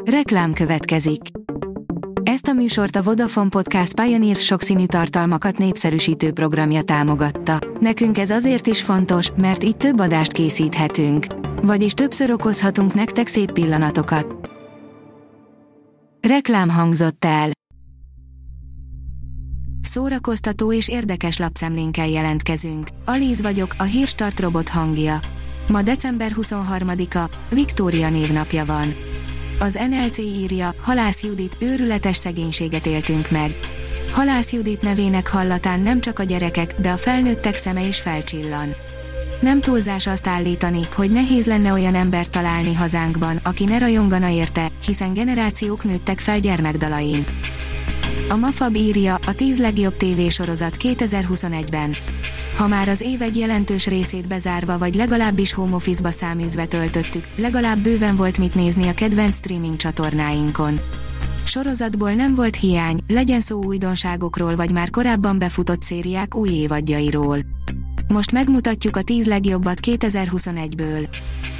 Reklám következik. Ezt a műsort a Vodafone Podcast Pioneer sokszínű tartalmakat népszerűsítő programja támogatta. Nekünk ez azért is fontos, mert így több adást készíthetünk. Vagyis többször okozhatunk nektek szép pillanatokat. Reklám hangzott el. Szórakoztató és érdekes lapszemlénkkel jelentkezünk. Alíz vagyok, a Hírstart robot hangja. Ma december 23-a, Viktória névnapja van. Az NLC írja, Halász Judit, őrületes szegénységet éltünk meg. Halász Judit nevének hallatán nem csak a gyerekek, de a felnőttek szeme is felcsillan. Nem túlzás azt állítani, hogy nehéz lenne olyan embert találni hazánkban, aki ne rajongana érte, hiszen generációk nőttek fel gyermekdalain. A Mafab írja, a 10 legjobb tévésorozat 2021-ben. Ha már az év egy jelentős részét bezárva vagy legalábbis home office-ba száműzve töltöttük, legalább bőven volt mit nézni a kedvenc streaming csatornáinkon. Sorozatból nem volt hiány, legyen szó újdonságokról vagy már korábban befutott szériák új évadjairól. Most megmutatjuk a 10 legjobbat 2021-ből.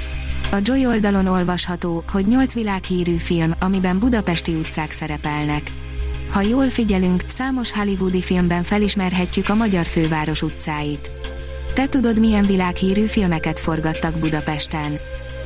A Joy oldalon olvasható, hogy 8 világhírű film, amiben budapesti utcák szerepelnek. Ha jól figyelünk, számos hollywoodi filmben felismerhetjük a magyar főváros utcáit. Te tudod, milyen világhírű filmeket forgattak Budapesten?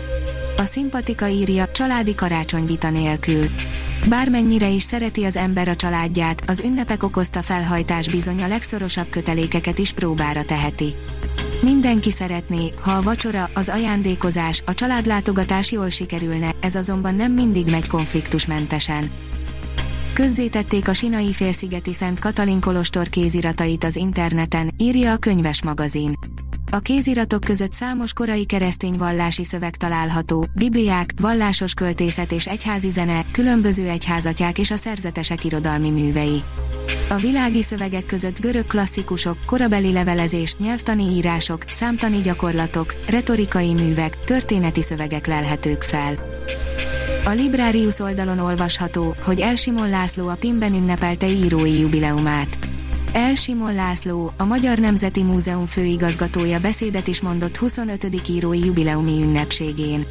A Szimpatika írja, családi karácsonyvita nélkül. Bármennyire is szereti az ember a családját, az ünnepek okozta felhajtás bizony a legszorosabb kötelékeket is próbára teheti. Mindenki szeretné, ha a vacsora, az ajándékozás, a családlátogatás jól sikerülne, ez azonban nem mindig megy konfliktusmentesen. Közzétették a Sinai-félszigeti Szent Katalin kolostor kéziratait az interneten, írja a Könyves magazin. A kéziratok között számos korai keresztény vallási szöveg található, bibliák, vallásos költészet és egyházi zene, különböző egyházatyák és a szerzetesek irodalmi művei. A világi szövegek között görög klasszikusok, korabeli levelezés, nyelvtani írások, számtani gyakorlatok, retorikai művek, történeti szövegek lelhetők fel. A Librarius oldalon olvasható, hogy El Simon László a PIM-ben ünnepelte írói jubileumát. El Simon László, a Magyar Nemzeti Múzeum főigazgatója beszédet is mondott 25. írói jubileumi ünnepségén.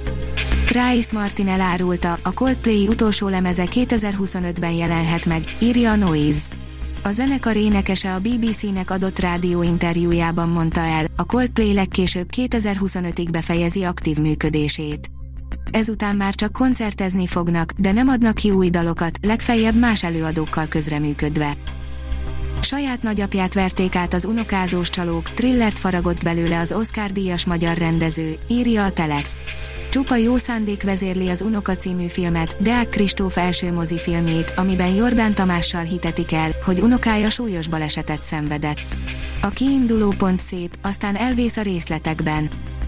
Christ Martin elárulta, a Coldplay utolsó lemeze 2025-ben jelenhet meg, írja a Noise. A zenekar énekese a BBC-nek adott rádióinterjújában mondta el, a Coldplay legkésőbb 2025-ig befejezi aktív működését. Ezután már csak koncertezni fognak, de nem adnak ki új dalokat, legfeljebb más előadókkal közreműködve. Saját nagyapját verték át az unokázós csalók, thrillert faragott belőle az Oscar-díjas magyar rendező, írja a Telex. Csupa jó szándék vezérli az Unoka című filmet, Deák Kristóf első mozifilmjét, amiben Jordán Tamással hitetik el, hogy unokája súlyos balesetet szenvedett. A kiinduló pont szép, aztán elvész a részletekben.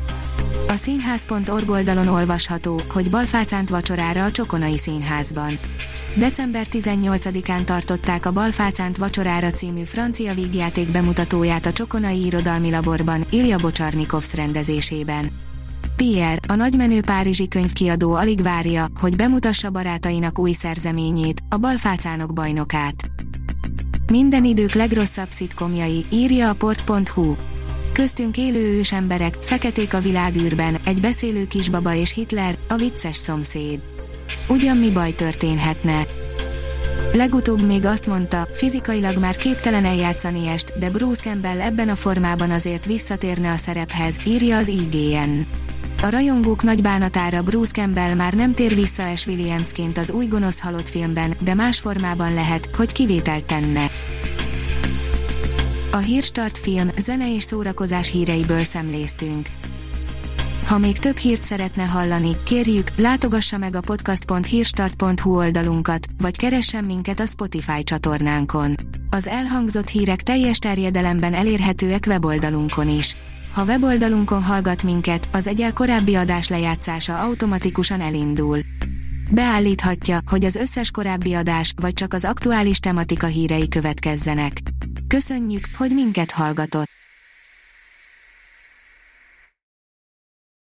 A színház.org oldalon olvasható, hogy Balfácánt vacsorára a Csokonai Színházban. December 18-án tartották a Balfácánt vacsorára című francia vígjáték bemutatóját a Csokonai Irodalmi Laborban, Ilja Bocsarnikovsz rendezésében. Pierre, a nagymenő párizsi könyvkiadó alig várja, hogy bemutassa barátainak új szerzeményét, a Balfácánok bajnokát. Minden idők legrosszabb szitkomjai, írja a port.hu. Köztünk élő ősemberek, feketék a világűrben, egy beszélő kisbaba és Hitler, a vicces szomszéd. Ugyan mi baj történhetne? Legutóbb még azt mondta, fizikailag már képtelen eljátszani est, de Bruce Campbell ebben a formában azért visszatérne a szerephez, írja az IGN. A rajongók nagy bánatára Bruce Campbell már nem tér vissza Ash Williamsként az új gonosz halott filmben, de más formában lehet, hogy kivételt tenne. A Hírstart film, zene és szórakozás híreiből szemléztünk. Ha még több hírt szeretne hallani, kérjük, látogassa meg a podcast.hírstart.hu oldalunkat, vagy keressen minket a Spotify csatornánkon. Az elhangzott hírek teljes terjedelemben elérhetőek weboldalunkon is. Ha weboldalunkon hallgat minket, az egyel korábbi adás lejátszása automatikusan elindul. Beállíthatja, hogy az összes korábbi adás, vagy csak az aktuális tematika hírei következzenek. Köszönjük, hogy minket hallgatott!